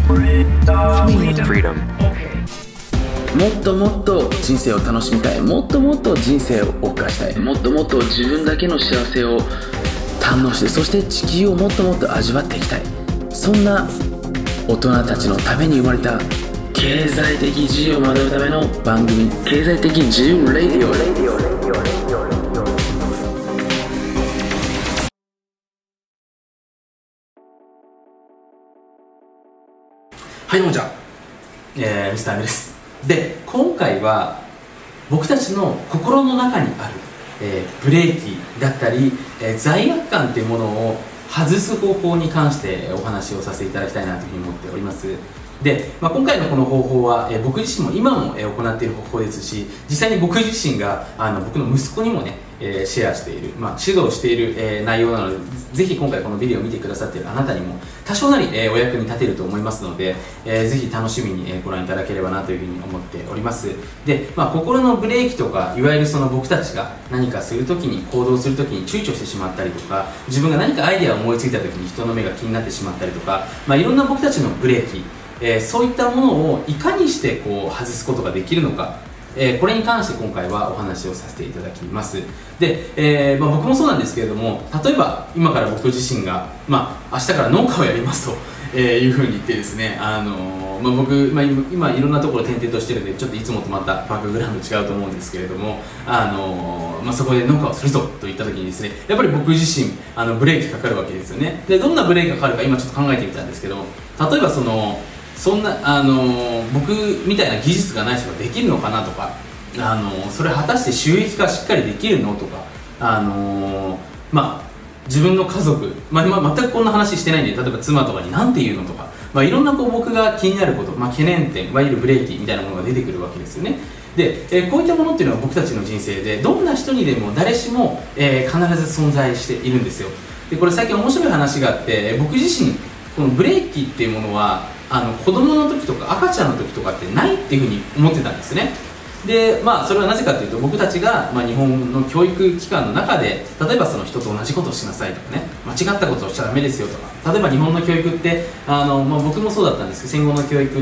Freedom。もっともっと人生を楽しみたい、もっともっと人生を謳歌したい、もっともっと自分だけの幸せを堪能して、そして地球をもっともっと味わっていきたい、そんな大人たちのために生まれた経済的自由を学ぶための番組、経済的自由レディオ。 はい、どうもじゃミスターアミです。で、今回は僕たちの心の中にある、ブレーキだったり、罪悪感というものを外す方法に関してお話をさせていただきたいなというふうに思っております。で、今回のこの方法は、僕自身も今も、行っている方法ですし、実際に僕自身が僕の息子にもね、シェアしている、指導している、内容なので、ぜひ今回このビデオを見てくださっているあなたにも多少なり、お役に立てると思いますので、ぜひ楽しみに、ご覧いただければなというふうに思っております。で、心のブレーキとか、いわゆるその僕たちが何かするときに、行動するときに躊躇してしまったりとか、自分が何かアイデアを思いついたときに人の目が気になってしまったりとか、いろんな僕たちのブレーキ、そういったものをいかにしてこう外すことができるのか、これに関して今回はお話をさせていただきます。で、僕もそうなんですけれども、例えば今から僕自身が、明日から農家をやりますと、いうふうに言ってですね、僕、今いろんなところ転々としてるので、ちょっといつもとまたバックグラウンド違うと思うんですけれども、そこで農家をするぞといった時にですね、やっぱり僕自身ブレーキかかるわけですよね。で、どんなブレーキがかかるか今ちょっと考えてみたんですけど、例えばそんな僕みたいな技術がない人ができるのかなとか、それ果たして収益化しっかりできるのとか、自分の家族、今全くこんな話してないんで、例えば妻とかに何て言うのとか、いろんな僕が気になること、懸念点、いわゆるブレーキみたいなものが出てくるわけですよね。で、こういったものっていうのは僕たちの人生でどんな人にでも誰しも、必ず存在しているんですよ。で、これ最近面白い話があって、僕自身このブレーキっていうものは子供の時とか赤ちゃんの時とかってないっていうふうに思ってたんですね。で、それはなぜかというと、僕たちが、日本の教育機関の中で、例えばその人と同じことをしなさいとかね、間違ったことをしちゃダメですよとか、例えば日本の教育って僕もそうだったんですけど、戦後の教育って、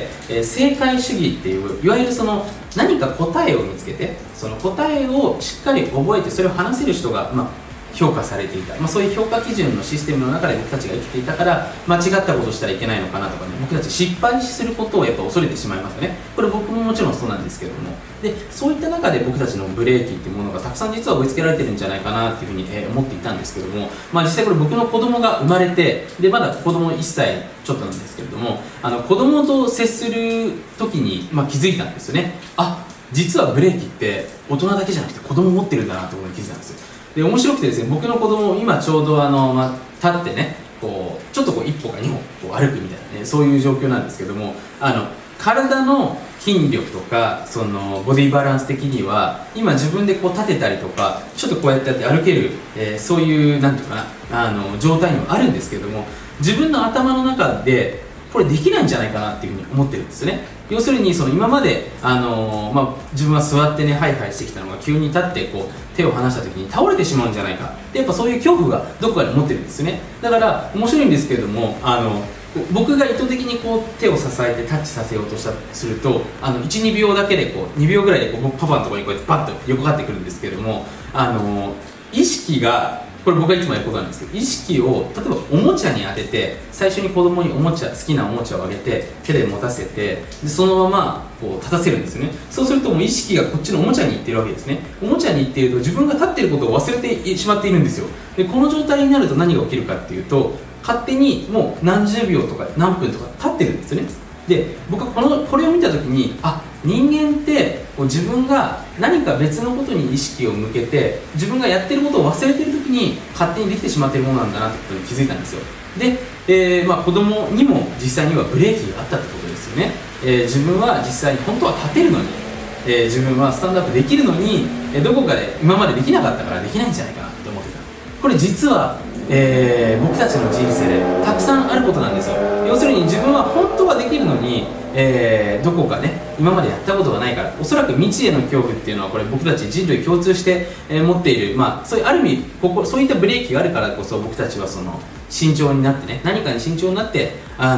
正解主義っていう、いわゆる何か答えを見つけて、その答えをしっかり覚えてそれを話せる人が、評価されていた、そういう評価基準のシステムの中で僕たちが生きていたから、間違ったことをしたらいけないのかなとかね、僕たち失敗することをやっぱ恐れてしまいますよね。これ僕ももちろんそうなんですけども、でそういった中で僕たちのブレーキっていうものがたくさん実は追いつけられてるんじゃないかなっていうふうに思っていたんですけども、実際これ僕の子供が生まれて、でまだ子供1歳ちょっとなんですけれども、子供と接する時に、気づいたんですよね。実はブレーキって大人だけじゃなくて子供持ってるんだなということに気づいたんですよ。で、面白くてですね、僕の子供今ちょうど立ってね、ちょっと一歩か2歩歩くみたいなね、そういう状況なんですけども、体の筋力とかボディバランス的には今自分で立てたりとか、ちょっとこうやって歩ける、そういうなんていうかな、状態にはあるんですけども、自分の頭の中でこれできないんじゃないかなっていうふうに思ってるんですよね。要するに今まで、自分は座ってねハイハイしてきたのが、急に立って手を離した時に倒れてしまうんじゃないかって、やっぱそういう恐怖がどこかで持ってるんですよね。だから面白いんですけれども、僕が意図的に手を支えてタッチさせようとすると、12秒だけで2秒ぐらいで僕パパのところにこうやってパッと横かってくるんですけれども、意識が、これ僕がいつもやることなんですけど、意識を例えばおもちゃに当てて、最初に子供に好きなおもちゃをあげて手で持たせて、でそのまま立たせるんですよね。そうするともう意識がこっちのおもちゃに行ってるわけですね。おもちゃに行っていると自分が立っていることを忘れてしまっているんですよ。でこの状態になると何が起きるかっていうと、勝手にもう何十秒とか何分とか立ってるんですよね。で僕はこれを見た時に、人間って自分が何か別のことに意識を向けて、自分がやってることを忘れてる時に勝手にできてしまっているものなんだなってことに気づいたんですよ。で、子供にも実際にはブレーキがあったってことですよね。自分は実際に本当は立てるのに、自分はスタンドアップできるのに、どこかで今までできなかったからできないんじゃないかなって思ってた。これ実は僕たちの人生でたくさんあることなんですよ。要するに自分は本当はできるのに、どこかね今までやったことがないから、おそらく未知への恐怖っていうのはこれ僕たち人類共通して、持っている、そういうある意味そういったブレーキがあるからこそ僕たちはその慎重になってね、何かに慎重になって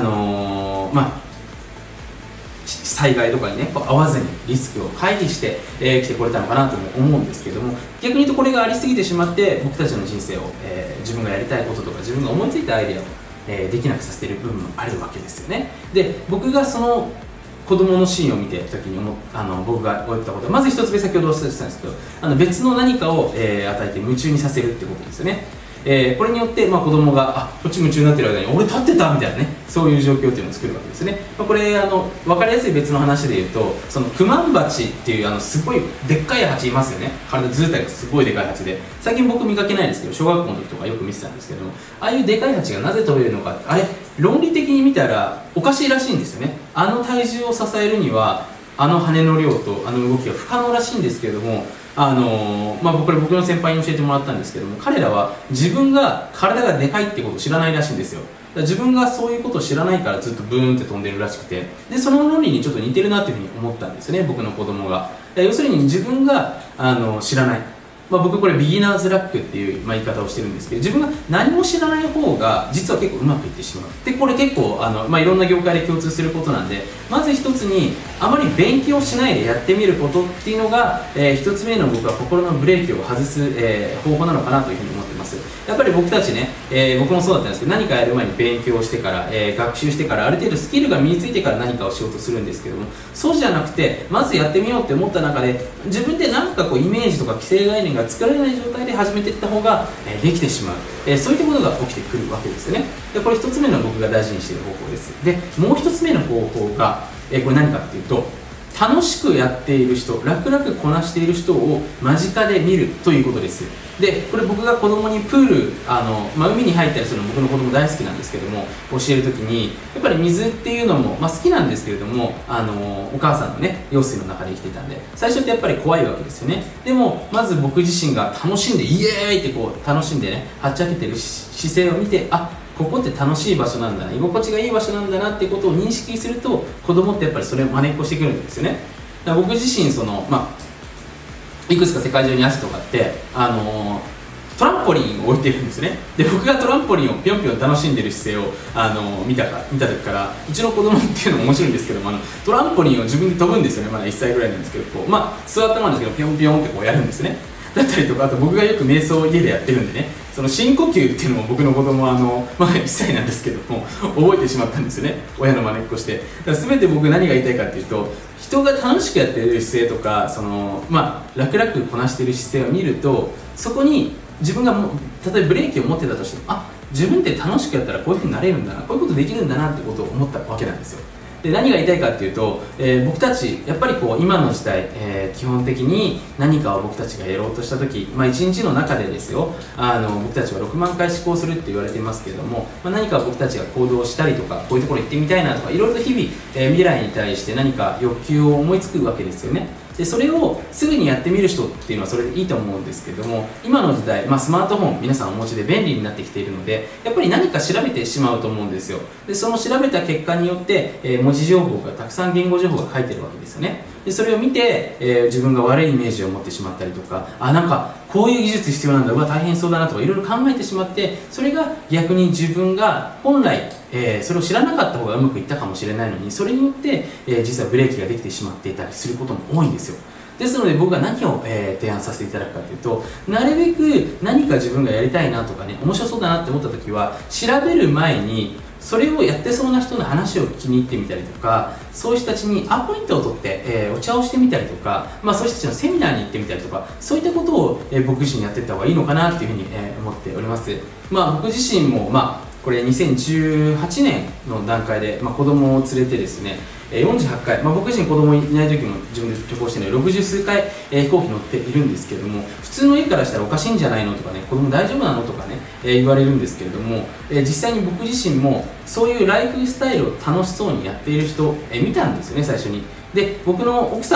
災害とかにね合わずにリスクを回避して、来てこれたのかなと思うんですけども、逆に言うとこれがありすぎてしまって僕たちの人生を、自分がやりたいこととか自分が思いついたアイデアを、できなくさせている部分もあるわけですよね。で僕がその子供のシーンを見て時に僕が思ったことは、まず一つ目先ほどおっしゃってたんですけど、別の何かを、与えて夢中にさせるってことですよね。これによって、子供がこっち夢中になってる間に俺立ってたみたいなね、そういう状況っていうのを作るわけですね。これ分かりやすい別の話で言うと、そのクマンバチっていうすごいでっかいハチいますよね。体図体がすごいでかいハチで、最近僕見かけないですけど小学校の時とかよく見てたんですけども、ああいうでかいハチがなぜ飛べるのか、あれ論理的に見たらおかしいらしいんですよね。体重を支えるには羽の量と動きが不可能らしいんですけれども、これ僕の先輩に教えてもらったんですけども、彼らは自分が体がでかいってことを知らないらしいんですよ。だから自分がそういうことを知らないからずっとブーンって飛んでるらしくて、でその論理にちょっと似てるなというふうに思ったんですよね、僕の子供が。要するに自分が知らない、僕これビギナーズラックっていう、言い方をしてるんですけど、自分が何も知らない方が実は結構うまくいってしまう。でこれ結構いろんな業界で共通することなんで、まず一つにあまり勉強しないでやってみることっていうのが、一つ目の僕は心のブレーキを外す、方法なのかなというふうに思ってます。やっぱり僕たちね、僕もそうだったんですけど、何かやる前に勉強してから、学習してからある程度スキルが身についてから何かをしようとするんですけども、そうじゃなくてまずやってみようって思った中で自分で何かイメージとか既成概念が作られない状態で始めていった方が、できてしまう、そういったことが起きてくるわけですよね。でこれ一つ目の僕が大事にしている方法です。でもう一つ目の方法が、これ何かっていうと、楽しくやっている人、楽々こなしている人を間近で見るということです。でこれ僕が子供にプール海に入ったりするの僕の子供大好きなんですけども、教える時にやっぱり水っていうのも、好きなんですけれども、お母さんのね用水の中で生きていたんで最初ってやっぱり怖いわけですよね。でもまず僕自身が楽しんでイエーイって楽しんでねはっちゃけてる姿勢を見て、ここって楽しい場所なんだな、居心地がいい場所なんだなっていうことを認識すると、子供ってやっぱりそれを真似っこしてくるんですよね。だから僕自身いくつか世界中に足とかってトランポリンを置いてるんですね。で僕がトランポリンをぴょんぴょん楽しんでる姿勢を見た時から、うちの子供っていうのも面白いんですけども、トランポリンを自分で飛ぶんですよね。まだ1歳ぐらいなんですけど、座ったままですけどぴょんぴょんってやるんですね。だったりとか、あと僕がよく瞑想を家でやってるんでね、その深呼吸っていうのも僕の子供は1歳なんですけども覚えてしまったんですよね、親の真似っこして。だから全て僕何が言いたいかっていうと、人が楽しくやってる姿勢とか楽々こなしてる姿勢を見ると、そこに自分が例えばブレーキを持ってたとしても、自分って楽しくやったらこういうふうになれるんだな、こういうことできるんだなってことを思ったわけなんですよ。で何が言いたいかっていうと、僕たちやっぱり今の時代、基本的に何かを僕たちがやろうとした時、1日の中でですよ、僕たちは6万回思考するって言われていますけれども、何か僕たちが行動したりとか、こういうところ行ってみたいなとか、いろいろと日々、未来に対して何か欲求を思いつくわけですよね。でそれをすぐにやってみる人っていうのはそれでいいと思うんですけども、今の時代、スマートフォン皆さんお持ちで便利になってきているので、やっぱり何か調べてしまうと思うんですよ。でその調べた結果によって、文字情報がたくさん言語情報が書いてるわけですよね。でそれを見て、自分が悪いイメージを持ってしまったりとか、なんかこういう技術必要なんだ、大変そうだなとかいろいろ考えてしまって、それが逆に自分が本来それを知らなかった方がうまくいったかもしれないのに、それによって、実はブレーキができてしまっていたりすることも多いんですよ。ですので僕が何を、提案させていただくかというと、なるべく何か自分がやりたいなとかね、面白そうだなって思った時は調べる前にそれをやってそうな人の話を聞きに行ってみたりとか、そういう人たちにアポイントを取って、お茶をしてみたりとか、そういう人たちのセミナーに行ってみたりとか、そういったことを、僕自身やっていった方がいいのかなというふうに、思っております。僕自身もこれ2018年の段階で、子供を連れてですね48回、僕自身子供いない時も自分で旅行してね60数回、飛行機乗っているんですけれども、普通の家からしたらおかしいんじゃないのとかね、子供大丈夫なのとかね、言われるんですけれども、実際に僕自身もそういうライフスタイルを楽しそうにやっている人、見たんですよね最初に。で僕の奥さん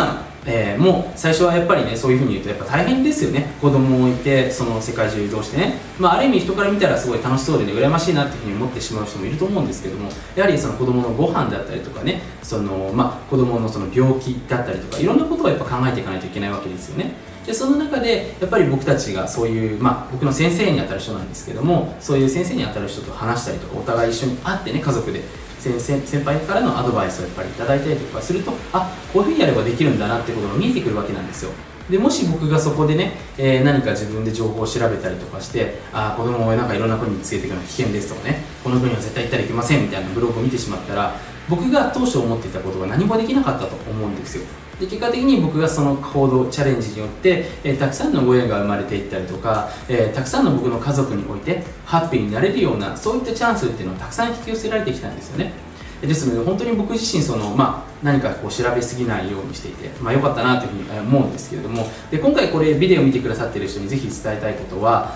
もう最初はやっぱりね、そういうふうに言うとやっぱ大変ですよね。子供を置いてその世界中移動してね、ある意味人から見たらすごい楽しそうでね、羨ましいなっていうふうに思ってしまう人もいると思うんですけども、やはりその子供のご飯だったりとかね、子供のその病気だったりとか、いろんなことをやっぱ考えていかないといけないわけですよね。でその中でやっぱり僕たちがそういう、僕の先生にあたる人なんですけども、そういう先生にあたる人と話したりとか、お互い一緒に会ってね、家族で先輩からのアドバイスをやっぱりいただいたりとかすると、こういうふうにやればできるんだなってことが見えてくるわけなんですよ。でもし僕がそこでね、何か自分で情報を調べたりとかして、子供をなんかいろんな国に連れていくのは危険ですとかね、この国は絶対行ったらいけませんみたいなブログを見てしまったら、僕が当初思っていたことが何もできなかったと思うんですよ。で結果的に僕がその行動チャレンジによって、たくさんのご縁が生まれていったりとか、たくさんの僕の家族においてハッピーになれるような、そういったチャンスっていうのをたくさん引き寄せられてきたんですよね。ですので本当に僕自身何かこう調べすぎないようにしていて、良かったなというふうに思うんですけれども、で今回これビデオを見てくださっている人にぜひ伝えたいことは、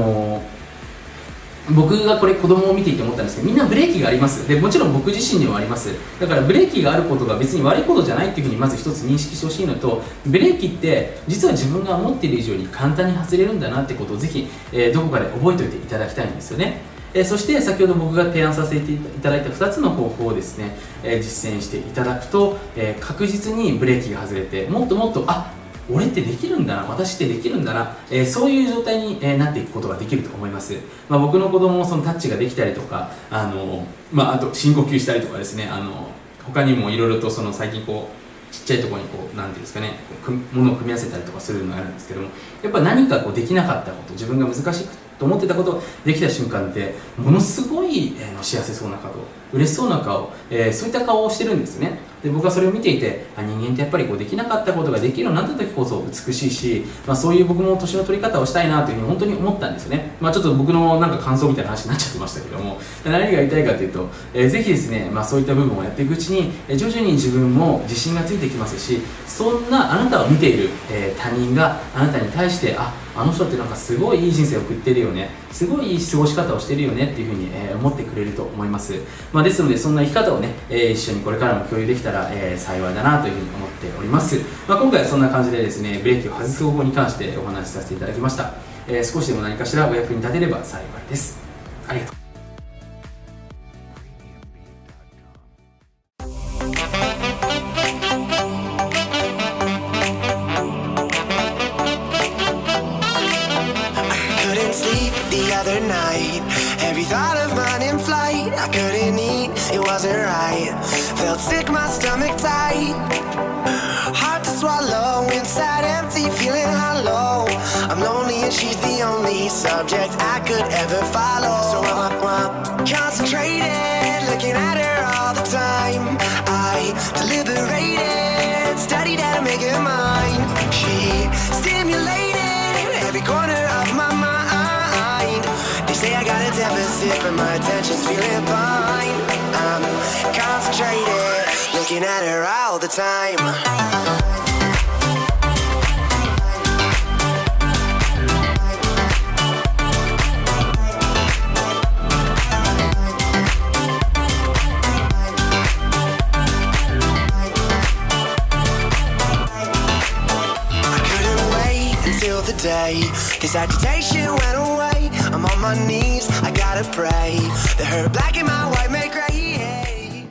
僕がこれ子供を見ていて思ったんですけど、みんなブレーキがあります。でもちろん僕自身にもあります。だからブレーキがあることが別に悪いことじゃないっていうふうにまず一つ認識してほしいのと、ブレーキって実は自分が思っている以上に簡単に外れるんだなってことをぜひ、どこかで覚えておいていただきたいんですよね。そして先ほど僕が提案させていただいた2つの方法をですね、実践していただくと、確実にブレーキが外れて、もっともっと俺ってできるんだな、私ってできるんだな、そういう状態に、なっていくことができると思います。僕の子供もそのタッチができたりとか、あと深呼吸したりとかですね、他にもいろいろとその最近こうちっちゃいところにこうなんていうんですかね、ものを組み合わせたりとかするのがあるんですけども、やっぱ何かこうできなかったこと、自分が難しいと思ってたことができた瞬間ってものすごい、幸せそうな顔、嬉しそうな顔、そういった顔をしてるんですよね。で僕はそれを見ていて、人間ってやっぱりこうできなかったことができるようになった時こそ美しいし、そういう僕も年の取り方をしたいなというふうに本当に思ったんですよね。ちょっと僕のなんか感想みたいな話になっちゃってましたけども、何が言いたいかというと、ぜひですね、そういった部分をやっていくうちに、徐々に自分も自信がついてきますし、そんなあなたを見ている、他人があなたに対して、あの人ってなんかすごいいい人生を送ってるよね、すごいいい過ごし方をしてるよねっていうふうに、思ってくれると思います。ですのでそんな生き方をね、一緒にこれからも共有できたら、幸いだなというふうに思っております。今回はそんな感じでですね、ブレーキを外す方法に関してお話しさせていただきました。少しでも何かしらお役に立てれば幸いです。ありがとう。 Every thought of mine in flight, I couldn't eat, it wasn't right. Felt sick, my stomach tight. Hard to swallow, inside empty, feeling hollow. I'm lonely and she's the only subject I could ever follow. So I'm concentrated, looking at her all the time. I deliberated, studied how to make her mine. She stimulated every corner of my mind. Say I got a deficit, but my attention's feeling fine. I'm concentrated, looking at her all the time. I couldn't wait until the day this agitation went away. I'm on my knees, I gotta pray that her black and my white make gray.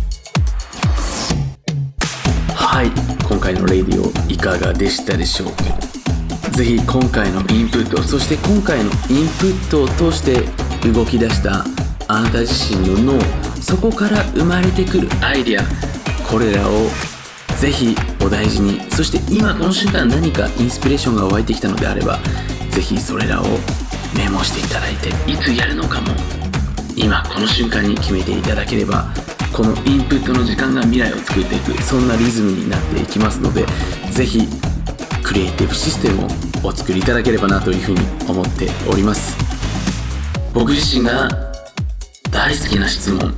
はい、今回のレディオいかがでしたでしょうか。ぜひ今回のインプット、そして今回のインプットを通して動き出したあなた自身の脳、そこから生まれてくるアイデア、これらをぜひお大事に、そして今この瞬間何かインスピレーションが湧いてきたのであれば、ぜひそれらをメモしていただいて、いつやるのかも今この瞬間に決めていただければ、このインプットの時間が未来を作っていく、そんなリズムになっていきますので、ぜひクリエイティブシステムをお作りいただければなというふうに思っております。僕自身が大好きな質問、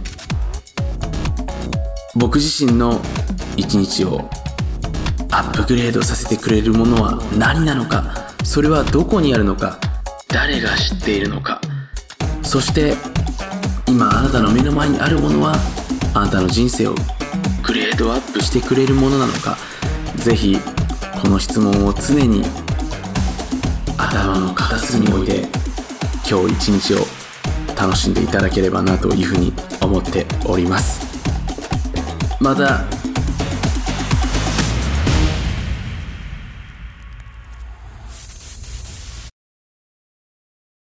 僕自身の一日をアップグレードさせてくれるものは何なのか、それはどこにあるのか、誰が知っているのか、そして今あなたの目の前にあるものはあなたの人生をグレードアップしてくれるものなのか、 ぜひこの質問を常に頭の片隅に置いて今日一日を楽しんでいただければなというふうに思っております。また